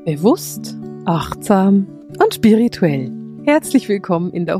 Bewusst, achtsam und spirituell. Herzlich willkommen in der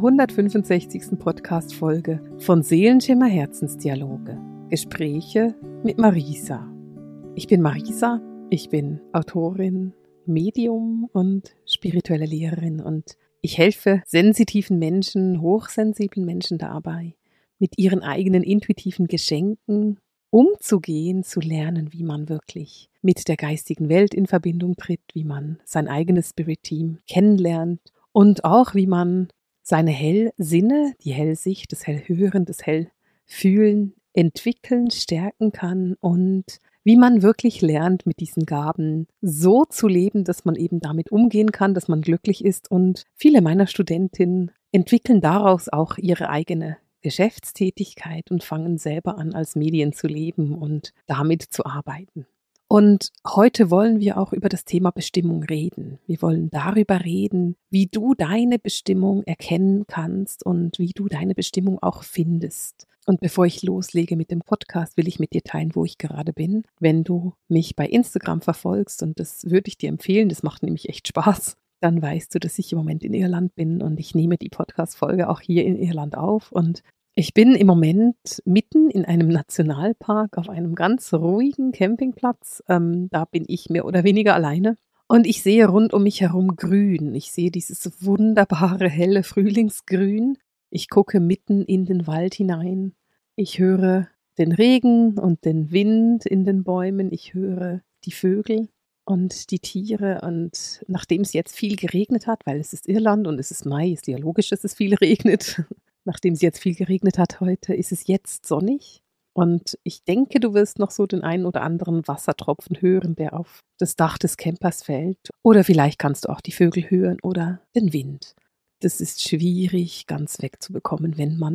165. Podcast-Folge von Seelenschimmer Herzensdialoge. Gespräche mit Marisa. Ich bin Marisa, ich bin Autorin, Medium und spirituelle Lehrerin und ich helfe sensitiven Menschen, hochsensiblen Menschen dabei, mit ihren eigenen intuitiven Geschenken umzugehen, zu lernen, wie man wirklich mit der geistigen Welt in Verbindung tritt, wie man sein eigenes Spirit-Team kennenlernt und auch wie man seine Hellsinne, die Hellsicht, das Hellhören, das Hellfühlen entwickeln, stärken kann und wie man wirklich lernt, mit diesen Gaben so zu leben, dass man eben damit umgehen kann, dass man glücklich ist. Und viele meiner Studentinnen entwickeln daraus auch ihre eigene Geschäftstätigkeit und fangen selber an, als Medien zu leben und damit zu arbeiten. Und heute wollen wir auch über das Thema Bestimmung reden. Wir wollen darüber reden, wie du deine Bestimmung erkennen kannst und wie du deine Bestimmung auch findest. Und bevor ich loslege mit dem Podcast, will ich mit dir teilen, wo ich gerade bin. Wenn du mich bei Instagram verfolgst, und das würde ich dir empfehlen, das macht nämlich echt Spaß, dann weißt du, dass ich im Moment in Irland bin und ich nehme die Podcast-Folge auch hier in Irland auf. Und ich bin im Moment mitten in einem Nationalpark auf einem ganz ruhigen Campingplatz. Da bin ich mehr oder weniger alleine. Und ich sehe rund um mich herum Grün. Ich sehe dieses wunderbare, helle Frühlingsgrün. Ich gucke mitten in den Wald hinein. Ich höre den Regen und den Wind in den Bäumen. Ich höre die Vögel und die Tiere, und nachdem es jetzt viel geregnet hat, weil es ist Irland und es ist Mai, ist ja logisch, dass es viel regnet. Nachdem es jetzt viel geregnet hat heute, ist es jetzt sonnig. Und ich denke, du wirst noch so den einen oder anderen Wassertropfen hören, der auf das Dach des Campers fällt. Oder vielleicht kannst du auch die Vögel hören oder den Wind. Das ist schwierig ganz wegzubekommen, wenn man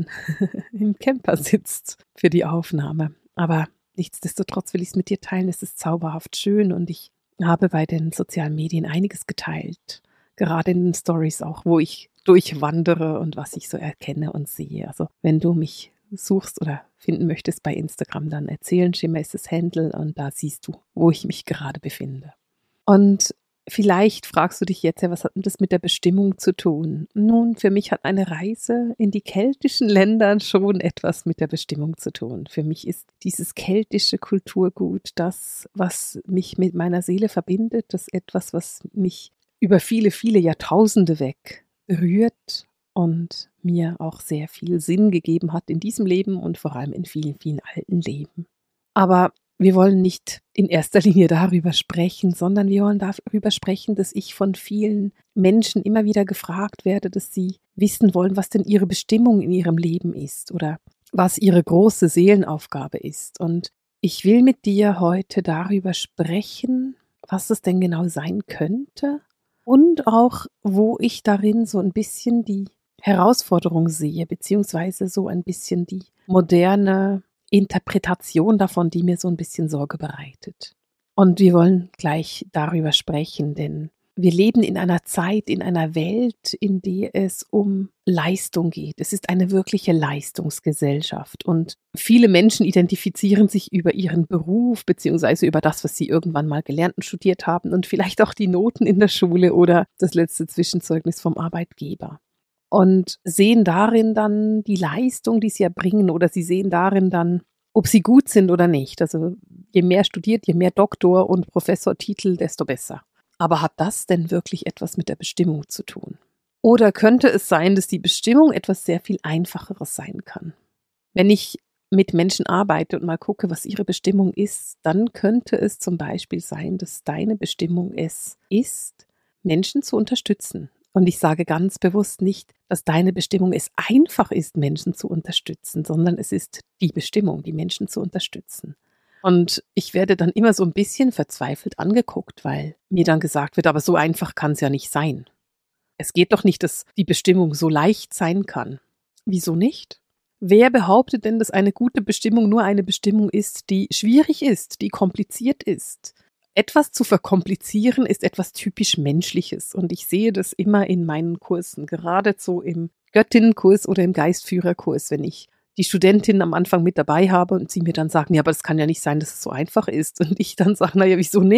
im Camper sitzt für die Aufnahme. Aber nichtsdestotrotz will ich es mit dir teilen. Es ist zauberhaft schön und ich habe bei den sozialen Medien einiges geteilt, gerade in den Stories auch, wo ich durchwandere und was ich so erkenne und sehe. Also wenn du mich suchst oder finden möchtest bei Instagram, dann Seelenschimmer ist das Handle und da siehst du, wo ich mich gerade befinde. Und vielleicht fragst du dich jetzt, ja, was hat denn das mit der Bestimmung zu tun? Nun, für mich hat eine Reise in die keltischen Länder schon etwas mit der Bestimmung zu tun. Für mich ist dieses keltische Kulturgut das, was mich mit meiner Seele verbindet, das etwas, was mich über viele, viele Jahrtausende weg berührt und mir auch sehr viel Sinn gegeben hat in diesem Leben und vor allem in vielen, vielen alten Leben. Aber wir wollen nicht in erster Linie darüber sprechen, sondern wir wollen darüber sprechen, dass ich von vielen Menschen immer wieder gefragt werde, dass sie wissen wollen, was denn ihre Bestimmung in ihrem Leben ist oder was ihre große Seelenaufgabe ist. Und ich will mit dir heute darüber sprechen, was es denn genau sein könnte und auch, wo ich darin so ein bisschen die Herausforderung sehe, beziehungsweise so ein bisschen die moderne Interpretation davon, die mir so ein bisschen Sorge bereitet. Und wir wollen gleich darüber sprechen, denn wir leben in einer Zeit, in einer Welt, in der es um Leistung geht. Es ist eine wirkliche Leistungsgesellschaft und viele Menschen identifizieren sich über ihren Beruf beziehungsweise über das, was sie irgendwann mal gelernt und studiert haben und vielleicht auch die Noten in der Schule oder das letzte Zwischenzeugnis vom Arbeitgeber. Und sehen darin dann die Leistung, die sie erbringen, oder sie sehen darin dann, ob sie gut sind oder nicht. Also je mehr studiert, je mehr Doktor- und Professortitel, desto besser. Aber hat das denn wirklich etwas mit der Bestimmung zu tun? Oder könnte es sein, dass die Bestimmung etwas sehr viel Einfacheres sein kann? Wenn ich mit Menschen arbeite und mal gucke, was ihre Bestimmung ist, dann könnte es zum Beispiel sein, dass deine Bestimmung es ist, Menschen zu unterstützen. Und ich sage ganz bewusst nicht, dass deine Bestimmung es einfach ist, Menschen zu unterstützen, sondern es ist die Bestimmung, die Menschen zu unterstützen. Und ich werde dann immer so ein bisschen verzweifelt angeguckt, weil mir dann gesagt wird, aber so einfach kann es ja nicht sein. Es geht doch nicht, dass die Bestimmung so leicht sein kann. Wieso nicht? Wer behauptet denn, dass eine gute Bestimmung nur eine Bestimmung ist, die schwierig ist, die kompliziert ist? Etwas zu verkomplizieren ist etwas typisch Menschliches und ich sehe das immer in meinen Kursen, geradezu im Göttinnenkurs oder im Geistführerkurs, wenn ich die Studentin am Anfang mit dabei habe und sie mir dann sagen, ja, aber das kann ja nicht sein, dass es so einfach ist. Und ich dann sage, naja, wieso nicht?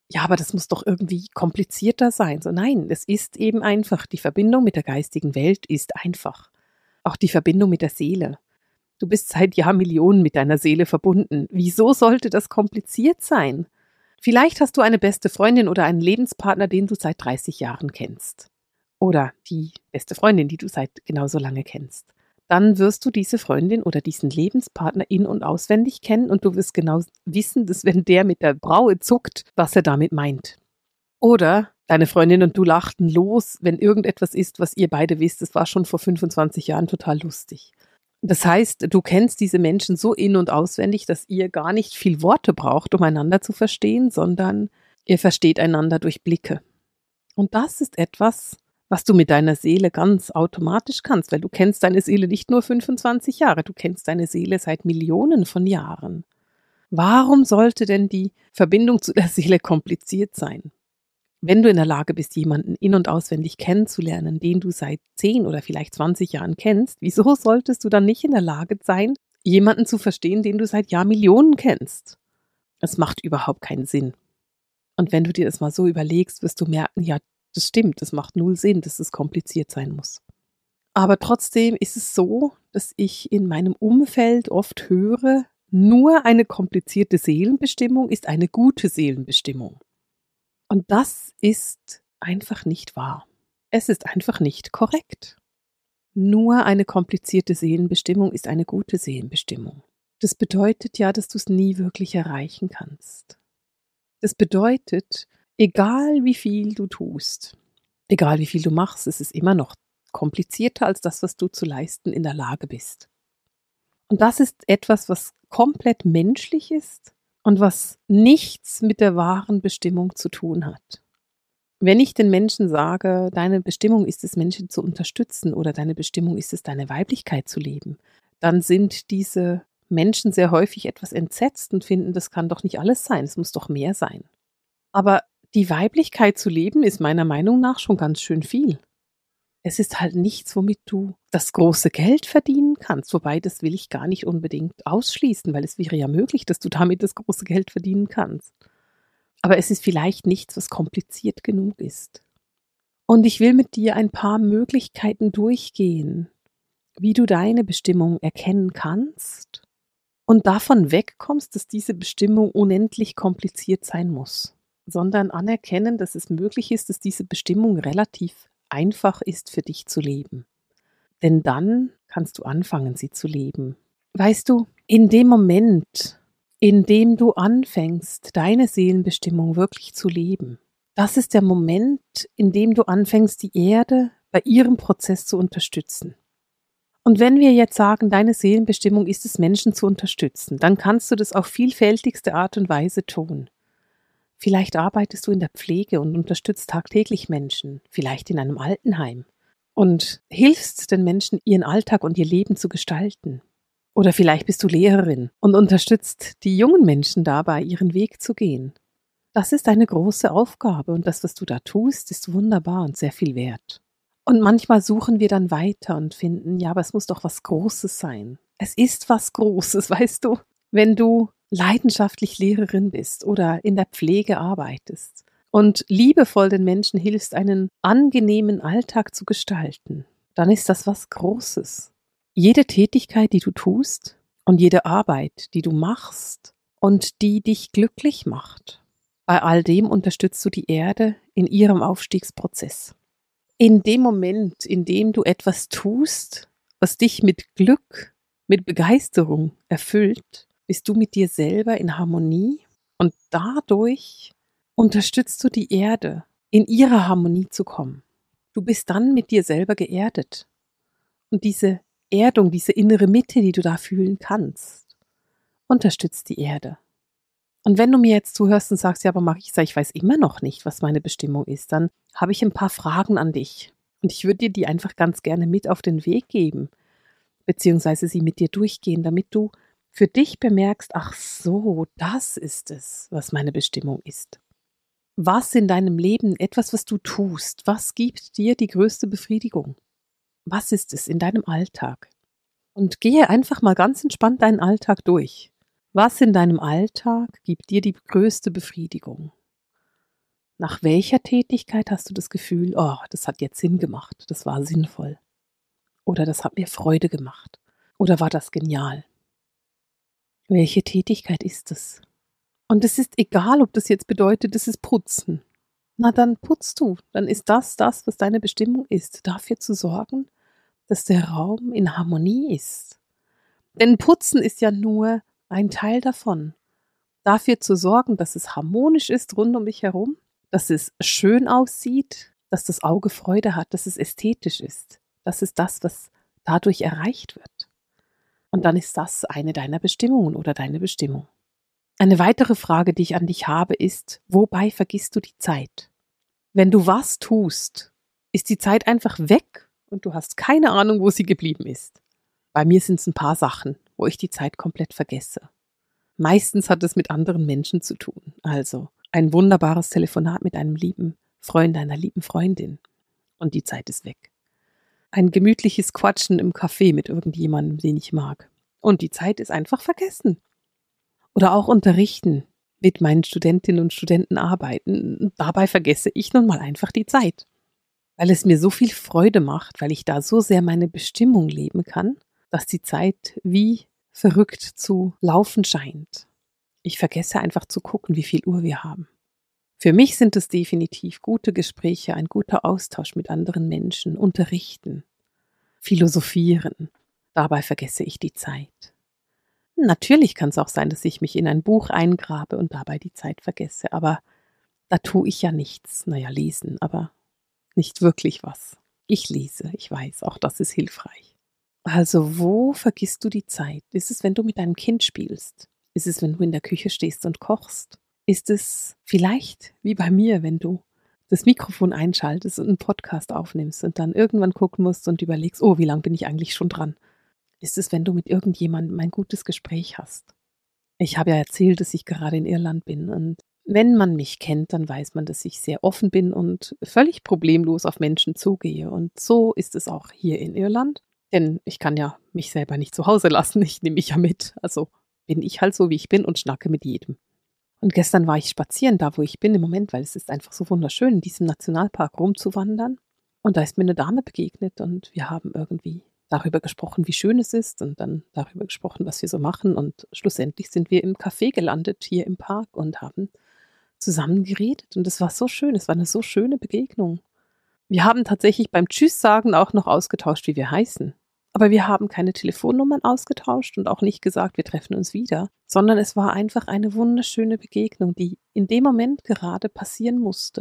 ja, aber das muss doch irgendwie komplizierter sein. So, nein, es ist eben einfach. Die Verbindung mit der geistigen Welt ist einfach. Auch die Verbindung mit der Seele. Du bist seit Jahrmillionen mit deiner Seele verbunden. Wieso sollte das kompliziert sein? Vielleicht hast du eine beste Freundin oder einen Lebenspartner, den du seit 30 Jahren kennst. Oder die beste Freundin, die du seit genauso lange kennst. Dann wirst du diese Freundin oder diesen Lebenspartner in- und auswendig kennen und du wirst genau wissen, dass wenn der mit der Braue zuckt, was er damit meint. Oder deine Freundin und du lachten los, wenn irgendetwas ist, was ihr beide wisst, das war schon vor 25 Jahren total lustig. Das heißt, du kennst diese Menschen so in- und auswendig, dass ihr gar nicht viel Worte braucht, um einander zu verstehen, sondern ihr versteht einander durch Blicke. Und das ist etwas, was du mit deiner Seele ganz automatisch kannst, weil du kennst deine Seele nicht nur 25 Jahre, du kennst deine Seele seit Millionen von Jahren. Warum sollte denn die Verbindung zu der Seele kompliziert sein? Wenn du in der Lage bist, jemanden in- und auswendig kennenzulernen, den du seit 10 oder vielleicht 20 Jahren kennst, wieso solltest du dann nicht in der Lage sein, jemanden zu verstehen, den du seit Jahrmillionen kennst? Es macht überhaupt keinen Sinn. Und wenn du dir das mal so überlegst, wirst du merken, ja, das stimmt, das macht null Sinn, dass es kompliziert sein muss. Aber trotzdem ist es so, dass ich in meinem Umfeld oft höre, nur eine komplizierte Seelenbestimmung ist eine gute Seelenbestimmung. Und das ist einfach nicht wahr. Es ist einfach nicht korrekt. Nur eine komplizierte Seelenbestimmung ist eine gute Seelenbestimmung. Das bedeutet ja, dass du es nie wirklich erreichen kannst. Das bedeutet, egal wie viel du tust, egal wie viel du machst, es ist immer noch komplizierter als das, was du zu leisten in der Lage bist. Und das ist etwas, was komplett menschlich ist und was nichts mit der wahren Bestimmung zu tun hat. Wenn ich den Menschen sage, deine Bestimmung ist es, Menschen zu unterstützen oder deine Bestimmung ist es, deine Weiblichkeit zu leben, dann sind diese Menschen sehr häufig etwas entsetzt und finden, das kann doch nicht alles sein, es muss doch mehr sein. Aber die Weiblichkeit zu leben ist meiner Meinung nach schon ganz schön viel. Es ist halt nichts, womit du das große Geld verdienen kannst. Wobei, das will ich gar nicht unbedingt ausschließen, weil es wäre ja möglich, dass du damit das große Geld verdienen kannst. Aber es ist vielleicht nichts, was kompliziert genug ist. Und ich will mit dir ein paar Möglichkeiten durchgehen, wie du deine Bestimmung erkennen kannst und davon wegkommst, dass diese Bestimmung unendlich kompliziert sein muss, sondern anerkennen, dass es möglich ist, dass diese Bestimmung relativ einfach ist für dich zu leben. Denn dann kannst du anfangen, sie zu leben. Weißt du, in dem Moment, in dem du anfängst, deine Seelenbestimmung wirklich zu leben, das ist der Moment, in dem du anfängst, die Erde bei ihrem Prozess zu unterstützen. Und wenn wir jetzt sagen, deine Seelenbestimmung ist es, Menschen zu unterstützen, dann kannst du das auf vielfältigste Art und Weise tun. Vielleicht arbeitest du in der Pflege und unterstützt tagtäglich Menschen, vielleicht in einem Altenheim und hilfst den Menschen, ihren Alltag und ihr Leben zu gestalten. Oder vielleicht bist du Lehrerin und unterstützt die jungen Menschen dabei, ihren Weg zu gehen. Das ist eine große Aufgabe und das, was du da tust, ist wunderbar und sehr viel wert. Und manchmal suchen wir dann weiter und finden, ja, aber es muss doch was Großes sein. Es ist was Großes, weißt du, wenn du leidenschaftlich Lehrerin bist oder in der Pflege arbeitest und liebevoll den Menschen hilfst, einen angenehmen Alltag zu gestalten, dann ist das was Großes. Jede Tätigkeit, die du tust und jede Arbeit, die du machst und die dich glücklich macht, bei all dem unterstützt du die Erde in ihrem Aufstiegsprozess. In dem Moment, in dem du etwas tust, was dich mit Glück, mit Begeisterung erfüllt, bist du mit dir selber in Harmonie und dadurch unterstützt du die Erde, in ihre Harmonie zu kommen. Du bist dann mit dir selber geerdet. Und diese Erdung, diese innere Mitte, die du da fühlen kannst, unterstützt die Erde. Und wenn du mir jetzt zuhörst und sagst, ja, aber Marisa, ich weiß immer noch nicht, was meine Bestimmung ist, dann habe ich ein paar Fragen an dich. Und ich würde dir die einfach ganz gerne mit auf den Weg geben, beziehungsweise sie mit dir durchgehen, damit du für dich bemerkst, ach so, das ist es, was meine Bestimmung ist. Was in deinem Leben, etwas, was du tust, was gibt dir die größte Befriedigung? Was ist es in deinem Alltag? Und gehe einfach mal ganz entspannt deinen Alltag durch. Was in deinem Alltag gibt dir die größte Befriedigung? Nach welcher Tätigkeit hast du das Gefühl, oh, das hat jetzt Sinn gemacht, das war sinnvoll? Oder das hat mir Freude gemacht? Oder war das genial? Welche Tätigkeit ist es? Und es ist egal, ob das jetzt bedeutet, es ist Putzen. Na, dann putzt du. Dann ist das, was deine Bestimmung ist, dafür zu sorgen, dass der Raum in Harmonie ist. Denn Putzen ist ja nur ein Teil davon. Dafür zu sorgen, dass es harmonisch ist rund um dich herum, dass es schön aussieht, dass das Auge Freude hat, dass es ästhetisch ist. Das ist das, was dadurch erreicht wird. Und dann ist das eine deiner Bestimmungen oder deine Bestimmung. Eine weitere Frage, die ich an dich habe, ist, wobei vergisst du die Zeit? Wenn du was tust, ist die Zeit einfach weg und du hast keine Ahnung, wo sie geblieben ist. Bei mir sind es ein paar Sachen, wo ich die Zeit komplett vergesse. Meistens hat es mit anderen Menschen zu tun. Also ein wunderbares Telefonat mit einem lieben Freund, einer lieben Freundin und die Zeit ist weg. Ein gemütliches Quatschen im Café mit irgendjemandem, den ich mag und die Zeit ist einfach vergessen. Oder auch unterrichten, mit meinen Studentinnen und Studenten arbeiten. Dabei vergesse ich nun mal einfach die Zeit, weil es mir so viel Freude macht, weil ich da so sehr meine Bestimmung leben kann, dass die Zeit wie verrückt zu laufen scheint. Ich vergesse einfach zu gucken, wie viel Uhr wir haben. Für mich sind es definitiv gute Gespräche, ein guter Austausch mit anderen Menschen, unterrichten, philosophieren. Dabei vergesse ich die Zeit. Natürlich kann es auch sein, dass ich mich in ein Buch eingrabe und dabei die Zeit vergesse, aber da tue ich ja nichts. Naja, lesen, aber nicht wirklich was. Ich lese, ich weiß, auch das ist hilfreich. Also, wo vergisst du die Zeit? Ist es, wenn du mit deinem Kind spielst? Ist es, wenn du in der Küche stehst und kochst? Ist es vielleicht, wie bei mir, wenn du das Mikrofon einschaltest und einen Podcast aufnimmst und dann irgendwann gucken musst und überlegst, oh, wie lange bin ich eigentlich schon dran? Ist es, wenn du mit irgendjemandem ein gutes Gespräch hast? Ich habe ja erzählt, dass ich gerade in Irland bin und wenn man mich kennt, dann weiß man, dass ich sehr offen bin und völlig problemlos auf Menschen zugehe. Und so ist es auch hier in Irland. Denn ich kann ja mich selber nicht zu Hause lassen, ich nehme mich ja mit. Also bin ich halt so, wie ich bin und schnacke mit jedem. Und gestern war ich spazieren, da wo ich bin im Moment, weil es ist einfach so wunderschön, in diesem Nationalpark rumzuwandern. Und da ist mir eine Dame begegnet und wir haben irgendwie darüber gesprochen, wie schön es ist und dann darüber gesprochen, was wir so machen. Und schlussendlich sind wir im Café gelandet, hier im Park und haben zusammen geredet. Und es war so schön, es war eine so schöne Begegnung. Wir haben tatsächlich beim Tschüss sagen auch noch ausgetauscht, wie wir heißen. Aber wir haben keine Telefonnummern ausgetauscht und auch nicht gesagt, wir treffen uns wieder, sondern es war einfach eine wunderschöne Begegnung, die in dem Moment gerade passieren musste.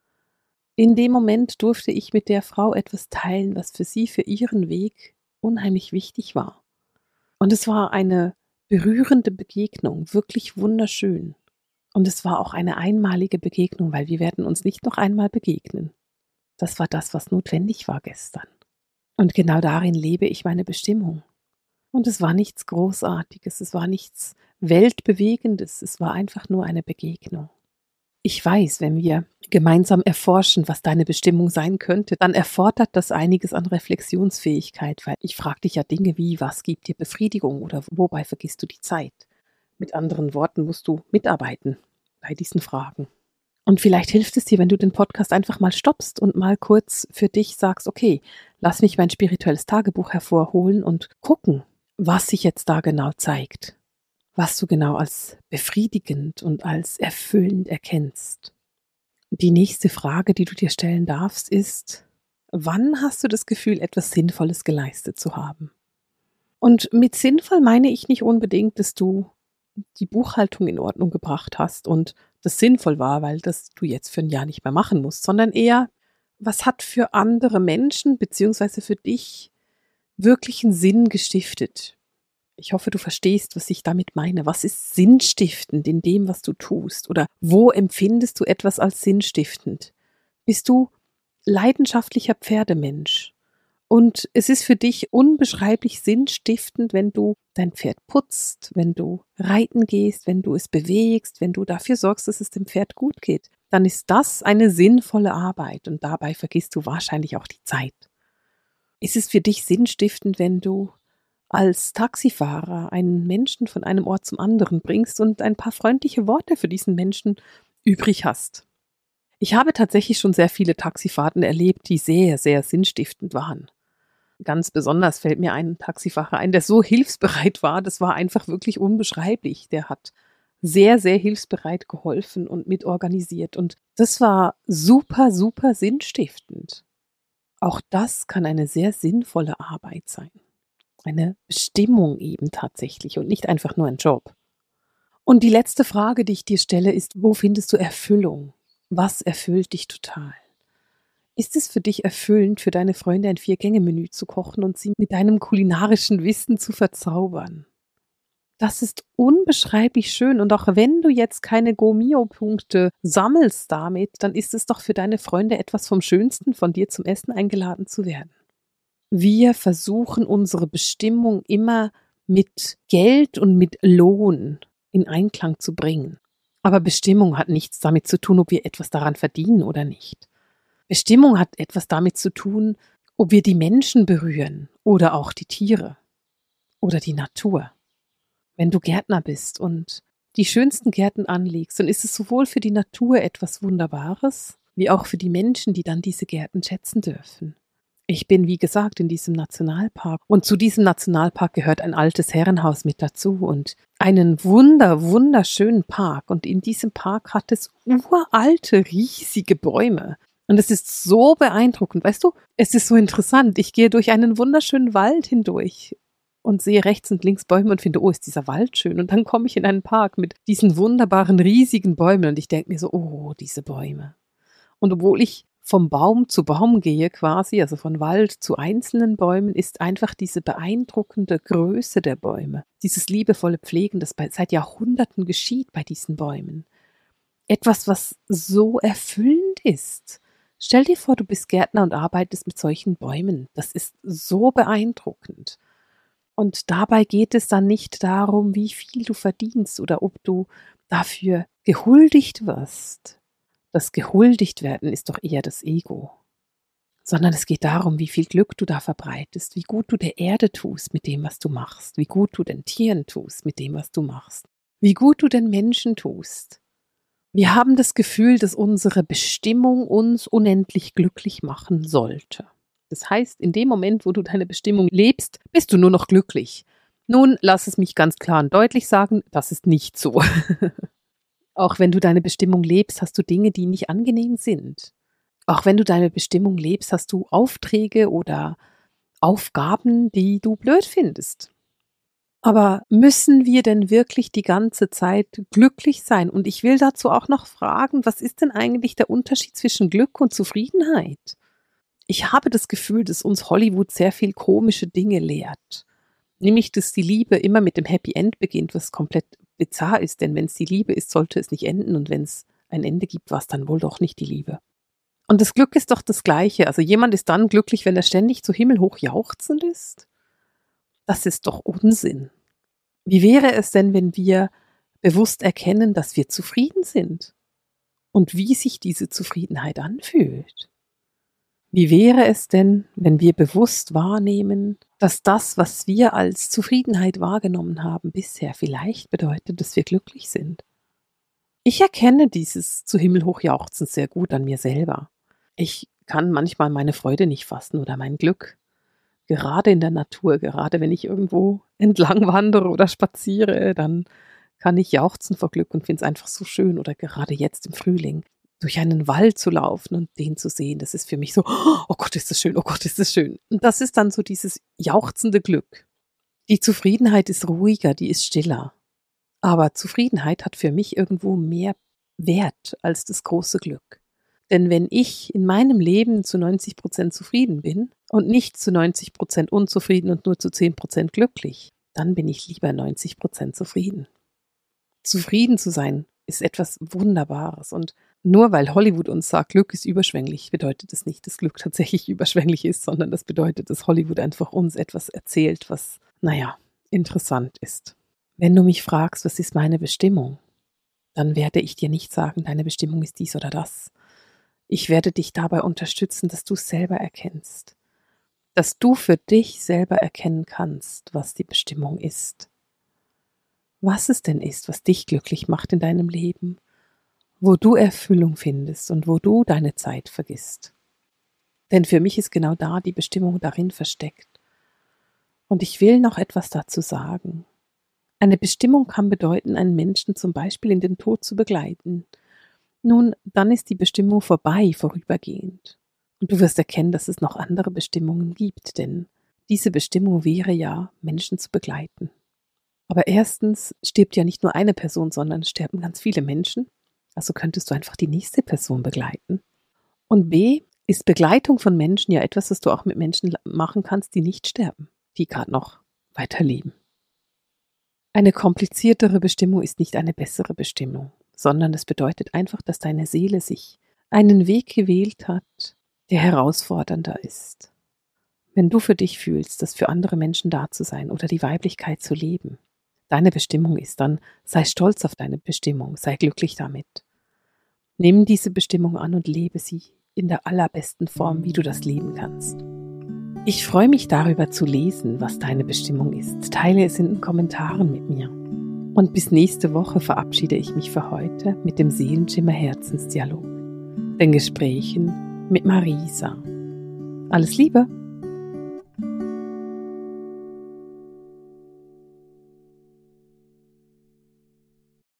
In dem Moment durfte ich mit der Frau etwas teilen, was für sie, für ihren Weg unheimlich wichtig war. Und es war eine berührende Begegnung, wirklich wunderschön. Und es war auch eine einmalige Begegnung, weil wir werden uns nicht noch einmal begegnen. Das war das, was notwendig war gestern. Und genau darin lebe ich meine Bestimmung. Und es war nichts Großartiges, es war nichts Weltbewegendes, es war einfach nur eine Begegnung. Ich weiß, wenn wir gemeinsam erforschen, was deine Bestimmung sein könnte, dann erfordert das einiges an Reflexionsfähigkeit, weil ich frage dich ja Dinge wie, was gibt dir Befriedigung oder wobei vergisst du die Zeit? Mit anderen Worten musst du mitarbeiten bei diesen Fragen. Und vielleicht hilft es dir, wenn du den Podcast einfach mal stoppst und mal kurz für dich sagst, okay, lass mich mein spirituelles Tagebuch hervorholen und gucken, was sich jetzt da genau zeigt, was du genau als befriedigend und als erfüllend erkennst. Die nächste Frage, die du dir stellen darfst, ist, wann hast du das Gefühl, etwas Sinnvolles geleistet zu haben? Und mit sinnvoll meine ich nicht unbedingt, dass du die Buchhaltung in Ordnung gebracht hast und das sinnvoll war, weil das du jetzt für ein Jahr nicht mehr machen musst, sondern eher, was hat für andere Menschen beziehungsweise für dich wirklichen Sinn gestiftet? Ich hoffe, du verstehst, was ich damit meine. Was ist sinnstiftend in dem, was du tust? Oder wo empfindest du etwas als sinnstiftend? Bist du leidenschaftlicher Pferdemensch? Und es ist für dich unbeschreiblich sinnstiftend, wenn du dein Pferd putzt, wenn du reiten gehst, wenn du es bewegst, wenn du dafür sorgst, dass es dem Pferd gut geht. Dann ist das eine sinnvolle Arbeit und dabei vergisst du wahrscheinlich auch die Zeit. Ist es für dich sinnstiftend, wenn du als Taxifahrer einen Menschen von einem Ort zum anderen bringst und ein paar freundliche Worte für diesen Menschen übrig hast? Ich habe tatsächlich schon sehr viele Taxifahrten erlebt, die sehr, sehr sinnstiftend waren. Ganz besonders fällt mir ein Taxifahrer ein, der so hilfsbereit war, das war einfach wirklich unbeschreiblich. Der hat sehr, sehr hilfsbereit geholfen und mitorganisiert und das war super, super sinnstiftend. Auch das kann eine sehr sinnvolle Arbeit sein. Eine Bestimmung eben tatsächlich und nicht einfach nur ein Job. Und die letzte Frage, die ich dir stelle, ist, wo findest du Erfüllung? Was erfüllt dich total? Ist es für dich erfüllend, für deine Freunde ein Vier-Gänge-Menü zu kochen und sie mit deinem kulinarischen Wissen zu verzaubern? Das ist unbeschreiblich schön und auch wenn du jetzt keine Gomio-Punkte sammelst damit, dann ist es doch für deine Freunde etwas vom Schönsten, von dir zum Essen eingeladen zu werden. Wir versuchen unsere Bestimmung immer mit Geld und mit Lohn in Einklang zu bringen. Aber Bestimmung hat nichts damit zu tun, ob wir etwas daran verdienen oder nicht. Bestimmung hat etwas damit zu tun, ob wir die Menschen berühren oder auch die Tiere oder die Natur. Wenn du Gärtner bist und die schönsten Gärten anlegst, dann ist es sowohl für die Natur etwas Wunderbares, wie auch für die Menschen, die dann diese Gärten schätzen dürfen. Ich bin, wie gesagt, in diesem Nationalpark und zu diesem Nationalpark gehört ein altes Herrenhaus mit dazu und einen wunderschönen Park. Und in diesem Park hat es uralte, riesige Bäume. Und es ist so beeindruckend, weißt du, es ist so interessant. Ich gehe durch einen wunderschönen Wald hindurch und sehe rechts und links Bäume und finde, oh, ist dieser Wald schön. Und dann komme ich in einen Park mit diesen wunderbaren, riesigen Bäumen und ich denke mir so, oh, diese Bäume. Und obwohl ich vom Baum zu Baum gehe quasi, also von Wald zu einzelnen Bäumen, ist einfach diese beeindruckende Größe der Bäume, dieses liebevolle Pflegen, das seit Jahrhunderten geschieht bei diesen Bäumen. Etwas, was so erfüllend ist. Stell dir vor, du bist Gärtner und arbeitest mit solchen Bäumen. Das ist so beeindruckend. Und dabei geht es dann nicht darum, wie viel du verdienst oder ob du dafür gehuldigt wirst. Das Gehuldigtwerden ist doch eher das Ego. Sondern es geht darum, wie viel Glück du da verbreitest, wie gut du der Erde tust mit dem, was du machst, wie gut du den Tieren tust mit dem, was du machst, wie gut du den Menschen tust. Wir haben das Gefühl, dass unsere Bestimmung uns unendlich glücklich machen sollte. Das heißt, in dem Moment, wo du deine Bestimmung lebst, bist du nur noch glücklich. Nun, lass es mich ganz klar und deutlich sagen, das ist nicht so. Auch wenn du deine Bestimmung lebst, hast du Dinge, die nicht angenehm sind. Auch wenn du deine Bestimmung lebst, hast du Aufträge oder Aufgaben, die du blöd findest. Aber müssen wir denn wirklich die ganze Zeit glücklich sein? Und ich will dazu auch noch fragen, was ist denn eigentlich der Unterschied zwischen Glück und Zufriedenheit? Ich habe das Gefühl, dass uns Hollywood sehr viel komische Dinge lehrt. Nämlich, dass die Liebe immer mit dem Happy End beginnt, was komplett bizarr ist. Denn wenn es die Liebe ist, sollte es nicht enden. Und wenn es ein Ende gibt, war es dann wohl doch nicht die Liebe. Und das Glück ist doch das Gleiche. Also jemand ist dann glücklich, wenn er ständig zu himmelhoch jauchzend ist. Das ist doch Unsinn. Wie wäre es denn, wenn wir bewusst erkennen, dass wir zufrieden sind? Und wie sich diese Zufriedenheit anfühlt? Wie wäre es denn, wenn wir bewusst wahrnehmen, dass das, was wir als Zufriedenheit wahrgenommen haben bisher, vielleicht bedeutet, dass wir glücklich sind? Ich erkenne dieses zu himmelhoch jauchzen sehr gut an mir selber. Ich kann manchmal meine Freude nicht fassen oder mein Glück. Gerade in der Natur, gerade wenn ich irgendwo entlang wandere oder spaziere, dann kann ich jauchzen vor Glück und finde es einfach so schön. Oder gerade jetzt im Frühling, durch einen Wald zu laufen und den zu sehen, das ist für mich so, oh Gott, ist das schön, oh Gott, ist das schön. Und das ist dann so dieses jauchzende Glück. Die Zufriedenheit ist ruhiger, die ist stiller. Aber Zufriedenheit hat für mich irgendwo mehr Wert als das große Glück. Denn wenn ich in meinem Leben zu 90% zufrieden bin und nicht zu 90% unzufrieden und nur zu 10% glücklich, dann bin ich lieber 90% zufrieden. Zufrieden zu sein ist etwas Wunderbares. Und nur weil Hollywood uns sagt, Glück ist überschwänglich, bedeutet es nicht, dass Glück tatsächlich überschwänglich ist, sondern das bedeutet, dass Hollywood einfach uns etwas erzählt, was, interessant ist. Wenn du mich fragst, was ist meine Bestimmung, dann werde ich dir nicht sagen, deine Bestimmung ist dies oder das. Ich werde dich dabei unterstützen, dass du es selber erkennst. Dass du für dich selber erkennen kannst, was die Bestimmung ist. Was es denn ist, was dich glücklich macht in deinem Leben. wo du Erfüllung findest und wo du deine Zeit vergisst. Denn für mich ist genau da die Bestimmung darin versteckt. Und ich will noch etwas dazu sagen. Eine Bestimmung kann bedeuten, einen Menschen zum Beispiel in den Tod zu begleiten. Nun, dann ist die Bestimmung vorbei, vorübergehend. Und du wirst erkennen, dass es noch andere Bestimmungen gibt, denn diese Bestimmung wäre ja, Menschen zu begleiten. Aber erstens stirbt ja nicht nur eine Person, sondern es sterben ganz viele Menschen. Also könntest du einfach die nächste Person begleiten. Und B, ist Begleitung von Menschen ja etwas, das du auch mit Menschen machen kannst, die nicht sterben, die gerade noch weiterleben. Eine kompliziertere Bestimmung ist nicht eine bessere Bestimmung, sondern es bedeutet einfach, dass deine Seele sich einen Weg gewählt hat, der herausfordernder ist. Wenn du für dich fühlst, dass für andere Menschen da zu sein oder die Weiblichkeit zu leben, deine Bestimmung ist, dann sei stolz auf deine Bestimmung, sei glücklich damit. Nimm diese Bestimmung an und lebe sie in der allerbesten Form, wie du das leben kannst. Ich freue mich darüber zu lesen, was deine Bestimmung ist. Teile es in den Kommentaren mit mir. Und bis nächste Woche verabschiede ich mich für heute mit dem Seelenschimmer Herzensdialog, den Gesprächen mit Marisa. Alles Liebe!